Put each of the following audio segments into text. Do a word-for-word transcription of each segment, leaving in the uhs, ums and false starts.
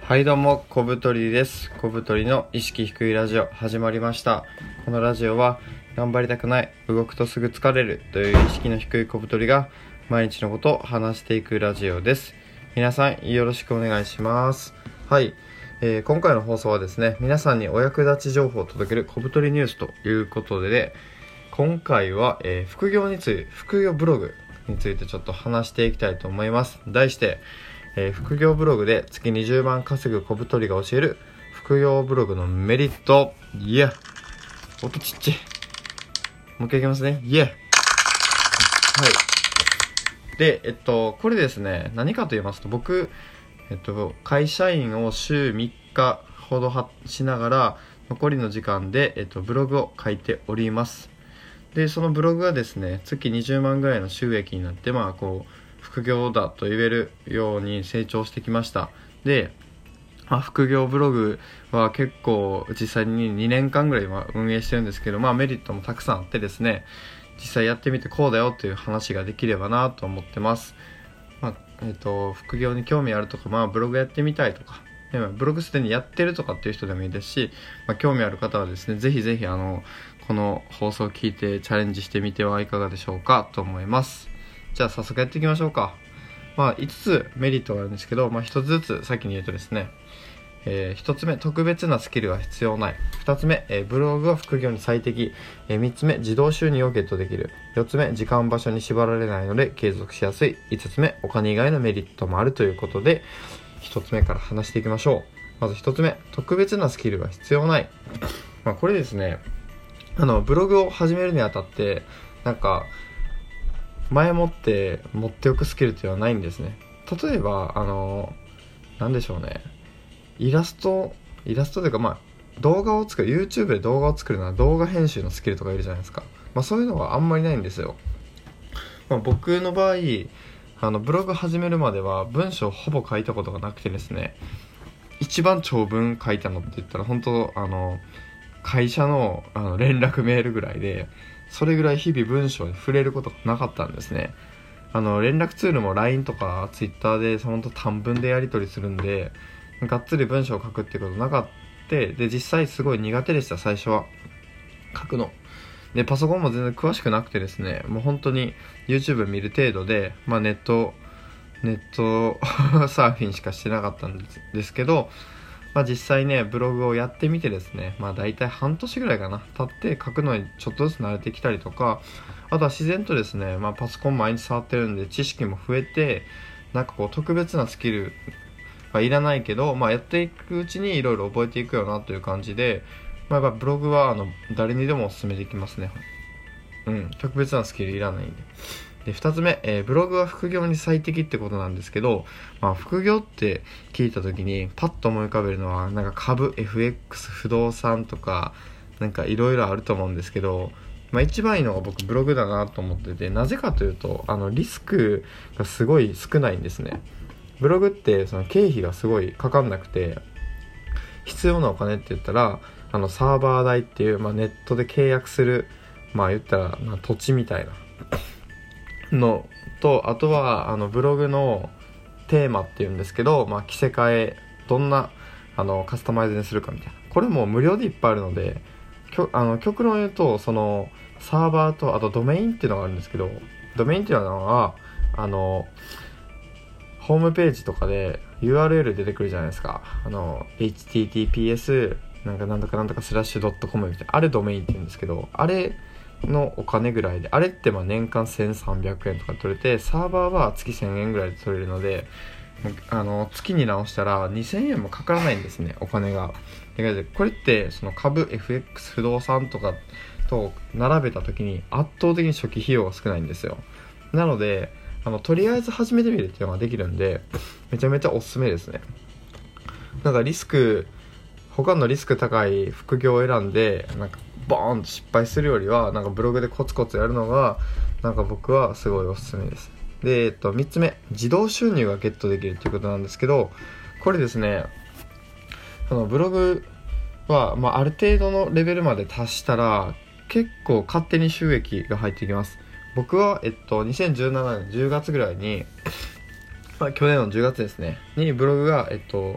はいどうも、小太りです。小太りの意識低いラジオ始まりました。このラジオは頑張りたくない、動くとすぐ疲れるという意識の低い小太りが毎日のことを話していくラジオです。皆さんよろしくお願いします。はい、えー、今回の放送はですね、皆さんにお役立ち情報を届ける小太りニュースということで、ね、今回は、えー、副業について、副業ブログについてちょっと話していきたいと思います。題してえー、副業ブログで月にじゅうまん稼ぐ小太りが教える副業ブログのメリット。いや音ちっちゃい。もう一回いきますね。いやはいでえっとこれですね、何かと言いますと、僕えっと会社員を週みっかほどはしながら残りの時間で、えっと、ブログを書いております。でそのブログがですね、月にじゅうまんぐらいの収益になって、まあこう副業だと言えるように成長してきました。で、まあ、副業ブログは結構実際ににねんかんぐらい今運営してるんですけど、まあメリットもたくさんあってですね、実際やってみてこうだよという話ができればなと思ってます。まあえー、と副業に興味あるとか、まあ、ブログやってみたいとか、ブログすでにやってるとかっていう人でもいいですし、まあ、興味ある方はですね、ぜひぜひあのこの放送を聞いてチャレンジしてみてはいかがでしょうかと思います。じゃあ早速やっていきましょうか。まあいつつメリットがあるんですけど、まあ、ひとつずつ先に言うとですね、えー、ひとつめ、特別なスキルが必要ない。ふたつめ、えー、ブログは副業に最適。えー、みっつめ、自動収入をゲットできる。よっつめ、時間場所に縛られないので継続しやすい。いつつめ、お金以外のメリットもあるということで、ひとつめから話していきましょう。まずひとつめ、特別なスキルが必要ない。まあ、これですね、あのブログを始めるにあたってなんか前もって持っておくスキルっていうのはないんですね。例えばあのなんでしょうね、イラストイラストというか、まあ動画を作る YouTube で動画を作るのは動画編集のスキルとかいるじゃないですか。まあそういうのはあんまりないんですよ。まあ、僕の場合あのブログ始めるまでは文章をほぼ書いたことがなくてですね、一番長文書いたのって言ったら本当あの会社 の, あの連絡メールぐらいで、それぐらい日々文章に触れることがなかったんですね。あの連絡ツールも ライン とか Twitter でほんと短文でやり取りするんで、がっつり文章を書くってことなかった。で実際すごい苦手でした。最初は書くので、パソコンも全然詳しくなくてですね、もう本当に YouTube 見る程度で、まあ、ネットネットサーフィンしかしてなかったんですですけど、まあ、実際ねブログをやってみてですね、まあ大体半年ぐらいかな経って書くのにちょっとずつ慣れてきたりとか、あとは自然とですね、まあ、パソコン毎日触ってるんで知識も増えて、なんかこう特別なスキルはいらないけど、まあ、やっていくうちにいろいろ覚えていくよなという感じで、まあ、やっぱブログはあの誰にでもおすすめできますね。うん特別なスキルいらないんで。でふたつめ、えー、ブログは副業に最適ってことなんですけど、まあ、副業って聞いた時にパッと思い浮かべるのはなんか株、 エフエックス、不動産とかなんかいろいろあると思うんですけど、まあ、一番いいのが僕ブログだなと思ってて、なぜかというとあのリスクがすごい少ないんですね。ブログってその経費がすごいかかんなくて、必要なお金って言ったらあのサーバー代っていう、まあ、ネットで契約する、まあ言ったら土地みたいなのと、あとはあのブログのテーマっていうんですけど、まあ、着せ替えどんなあのカスタマイズにするかみたいな、これも無料でいっぱいあるので、きょあの極論言うとそのサーバーとあとドメインっていうのがあるんですけど、ドメインっていうのはあのホームページとかで ユーアールエル 出てくるじゃないですか。あの エイチティーティーピーエス なんかなんとかなんとかスラッシュドットコムみたいな、あれドメインって言うんですけど、あれのお金ぐらいで、あれってまあ年間せんさんびゃくえんとか取れて、サーバーは月せんえんぐらいで取れるので、あの月に直したらにせんえんもかからないんですね、お金が。でこれってその株、 エフエックス、不動産とかと並べた時に圧倒的に初期費用が少ないんですよ。なのであのとりあえず始めてみるっていうのができるんで、めちゃめちゃおすすめですね。なんかリスク他のリスク高い副業を選んでなんかボーンと失敗するよりは、なんかブログでコツコツやるのがなんか僕はすごいおすすめです。で、えっと、みっつめ、自動収入がゲットできるということなんですけど、これですね、あのブログは、まあ、ある程度のレベルまで達したら結構勝手に収益が入ってきます。僕は、えっと、にせんじゅうななねんじゅうがつぐらいに、まあ、去年のじゅうがつですねにブログが、えっと、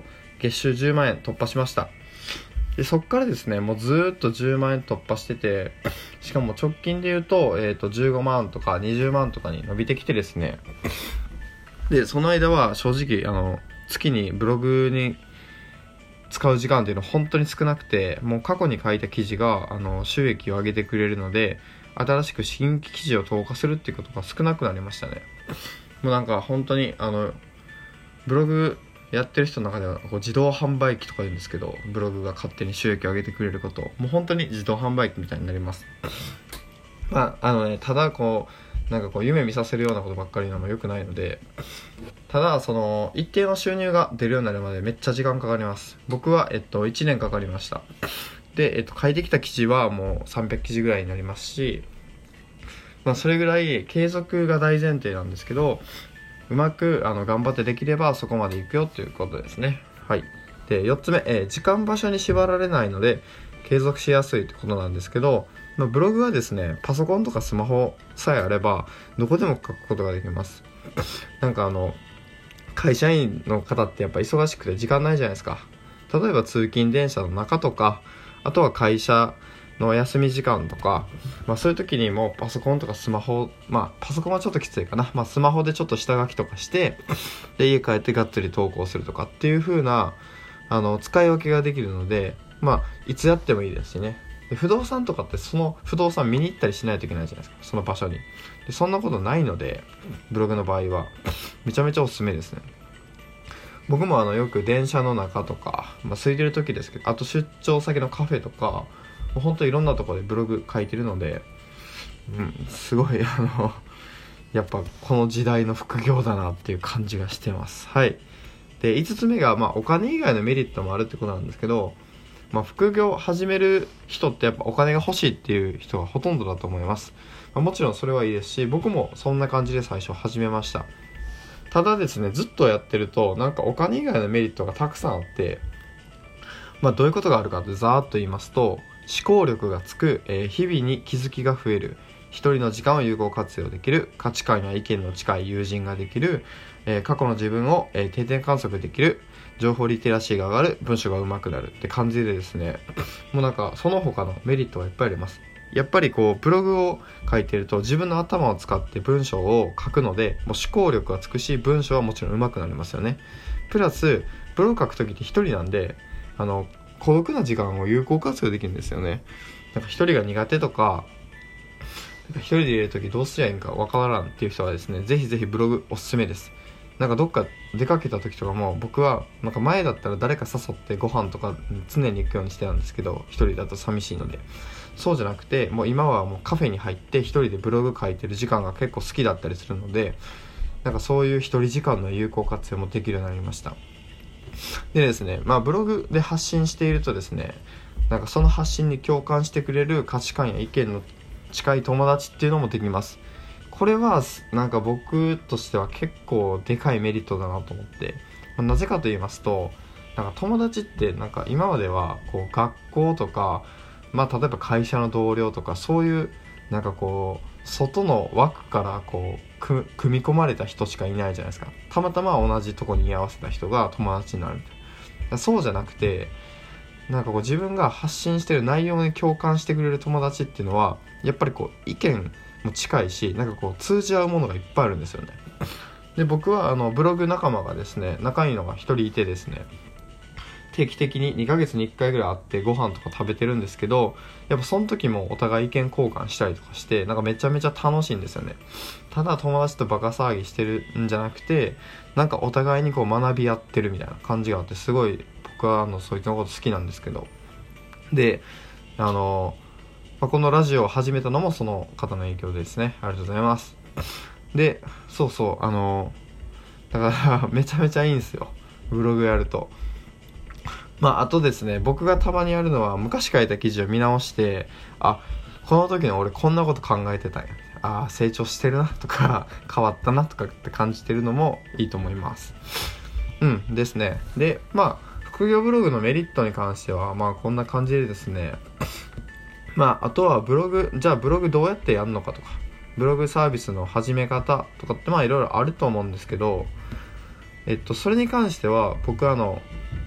月収じゅうまんえん突破しました。でそっからですねもうずーっとじゅうまんえん突破してて、しかも直近で言うと、えー、とじゅうごまんとかにじゅうまんとかに伸びてきてですね、でその間は正直あの月にブログに使う時間っていうのは本当に少なくて、もう過去に書いた記事があの収益を上げてくれるので、新しく新規記事を投下するっていうことが少なくなりましたね。もうなんか本当にあのブログやってる人の中ではこう自動販売機とか言うんですけど、ブログが勝手に収益を上げてくれること、もう本当に自動販売機みたいになります。まああのねただこうなんかこう夢見させるようなことばっかりなのも良くないので、ただその一定の収入が出るようになるまでめっちゃ時間かかります。僕はえっといちねんかかりました。で、えっと、書いてきた記事はもうさんびゃく記事ぐらいになりますし、まあそれぐらい継続が大前提なんですけど、うまくあの頑張ってできればそこまでいくよということですね。はい。でよっつめ、えー、時間場所に縛られないので継続しやすいということなんですけど、まあ、ブログはですねパソコンとかスマホさえあればどこでも書くことができます。なんかあの会社員の方ってやっぱ忙しくて時間ないじゃないですか。例えば通勤電車の中とか、あとは会社の休み時間とか、まあ、そういう時にもパソコンとかスマホ、まあパソコンはちょっときついかな、まあ、スマホでちょっと下書きとかしてで家帰ってがっつり投稿するとかっていう風なあの使い分けができるので、まあいつやってもいいですしね。で不動産とかってその不動産見に行ったりしないといけないじゃないですか、その場所に。でそんなことないのでブログの場合はめちゃめちゃおすすめですね。僕もあのよく電車の中とか、まあ、空いてる時ですけど、あと出張先のカフェとか、もうほんといろんなところでブログ書いてるので、うん、すごいあのやっぱこの時代の副業だなっていう感じがしてます。はい。でいつつめが、まあ、お金以外のメリットもあるってことなんですけど、まあ、副業を始める人ってやっぱお金が欲しいっていう人がほとんどだと思います。まあ、もちろんそれはいいですし、僕もそんな感じで最初始めました。ただですね、ずっとやってるとなんかお金以外のメリットがたくさんあって、まあどういうことがあるかってざーっと言いますと、思考力がつく、えー、日々に気づきが増える、一人の時間を有効活用できる、価値観や意見の近い友人ができる、えー、過去の自分を、えー、定点観測できる、情報リテラシーが上がる、文章が上手くなるって感じでですね、もうなんかその他のメリットがいっぱいあります。やっぱりこうブログを書いてると自分の頭を使って文章を書くので、もう思考力がつくし文章はもちろん上手くなりますよね。プラスブログ書くときって一人なんで、あの孤独な時間を有効活用できるんですよね。なんか一人が苦手とか、一人で入れるときどうすりゃいいんかわからんっていう人はですね、ぜひぜひブログおすすめです。なんかどっか出かけた時とかも、僕はなんか前だったら誰か誘ってご飯とか常に行くようにしてたんですけど、一人だと寂しいので。そうじゃなくて、もう今はもうカフェに入って一人でブログ書いてる時間が結構好きだったりするので、なんかそういう一人時間の有効活用もできるようになりました。でですね、まあブログで発信しているとですね、なんかその発信に共感してくれる価値観や意見の近い友達っていうのもできます。これはなんか僕としては結構でかいメリットだなと思って、まあ、なぜかと言いますと、なんか友達ってなんか今まではこう学校とか、まあ例えば会社の同僚とか、そういうなんかこう外の枠からこう組み込まれた人しかいないじゃないですか。たまたま同じとこに居合わせた人が友達になるみたいな。そうじゃなくて、なんかこう自分が発信してる内容に共感してくれる友達っていうのはやっぱりこう意見も近いし、なんかこう通じ合うものがいっぱいあるんですよね。で僕はあのブログ仲間がですね、仲いいのが一人いてですね、定期的ににかげつにいっかいぐらい会ってご飯とか食べてるんですけど、やっぱその時もお互い意見交換したりとかして、なんかめちゃめちゃ楽しいんですよね。ただ友達とバカ騒ぎしてるんじゃなくて、なんかお互いにこう学び合ってるみたいな感じがあって、すごい僕はあのそいつのこと好きなんですけど、であの、まあ、このラジオを始めたのもその方の影響ですね。ありがとうございます。でそうそうあのだからめちゃめちゃいいんですよ、ブログやると。まああとですね、僕がたまにやるのは昔書いた記事を見直して、あ、この時の俺こんなこと考えてたんや、あ、成長してるなとか変わったなとかって感じてるのもいいと思います。うんですね。でまあ副業ブログのメリットに関してはまあこんな感じでですね、まああとはブログ、じゃあブログどうやってやるのかとか、ブログサービスの始め方とかってまあいろいろあると思うんですけど、えっとそれに関しては僕はあの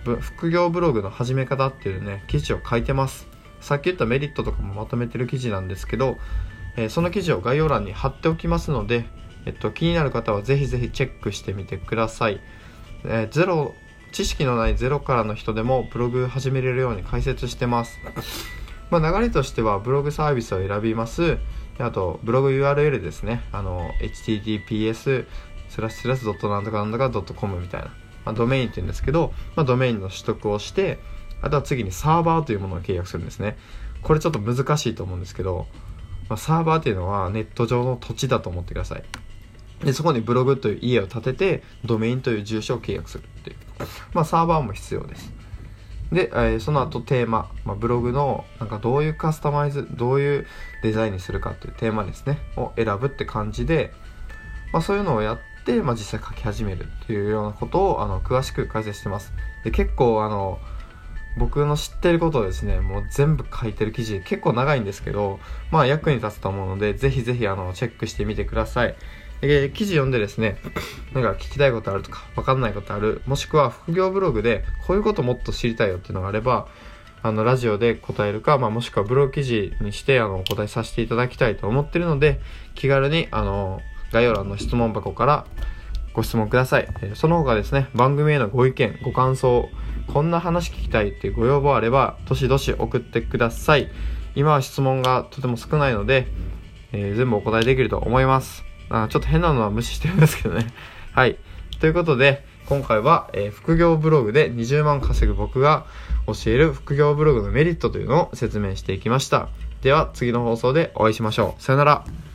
副業ブログの始め方っていうね記事を書いてます。さっき言ったメリットとかもまとめてる記事なんですけど、えー、その記事を概要欄に貼っておきますので、えっと、気になる方はぜひぜひチェックしてみてください。えー、ゼロ知識のないゼロからの人でもブログ始めれるように解説してます。まあ、流れとしてはブログサービスを選びます。あとブログ ユーアールエル ですね、あの エイチティーティーピーエス スラッシュスラッシュドットなんとかなんとかドットコムみたいな、まあ、ドメインって言うんですけど、まあ、ドメインの取得をして、あとは次にサーバーというものを契約するんですね。これちょっと難しいと思うんですけど、まあ、サーバーっていうのはネット上の土地だと思ってください。でそこにブログという家を建ててドメインという住所を契約するっていう、まあ、サーバーも必要です。で、えー、その後テーマ、まあ、ブログのなんかどういうカスタマイズ、どういうデザインにするかっていうテーマですねを選ぶって感じで、まあ、そういうのをやって、まあ、実際書き始めるっていうようなことをあの詳しく解説してます。で結構あの僕の知ってることをですねもう全部書いてる記事結構長いんですけど、まあ役に立つと思うのでぜひぜひあのチェックしてみてください。で記事読んでですねなんか聞きたいことあるとか分かんないことある、もしくは副業ブログでこういうこともっと知りたいよっていうのがあれば、あのラジオで答えるか、まあ、もしくはブログ記事にしてあのお答えさせていただきたいと思ってるので、気軽にあの概要欄の質問箱からご質問ください。その他ですね、番組へのご意見ご感想、こんな話聞きたいっていうご要望あればどしどし送ってください。今は質問がとても少ないので、えー、全部お答えできると思います。あちょっと変なのは無視してるんですけどね。はい。ということで、今回は、えー、副業ブログでにじゅうまん稼ぐ僕が教える副業ブログのメリットというのを説明していきました。では次の放送でお会いしましょう。さよなら。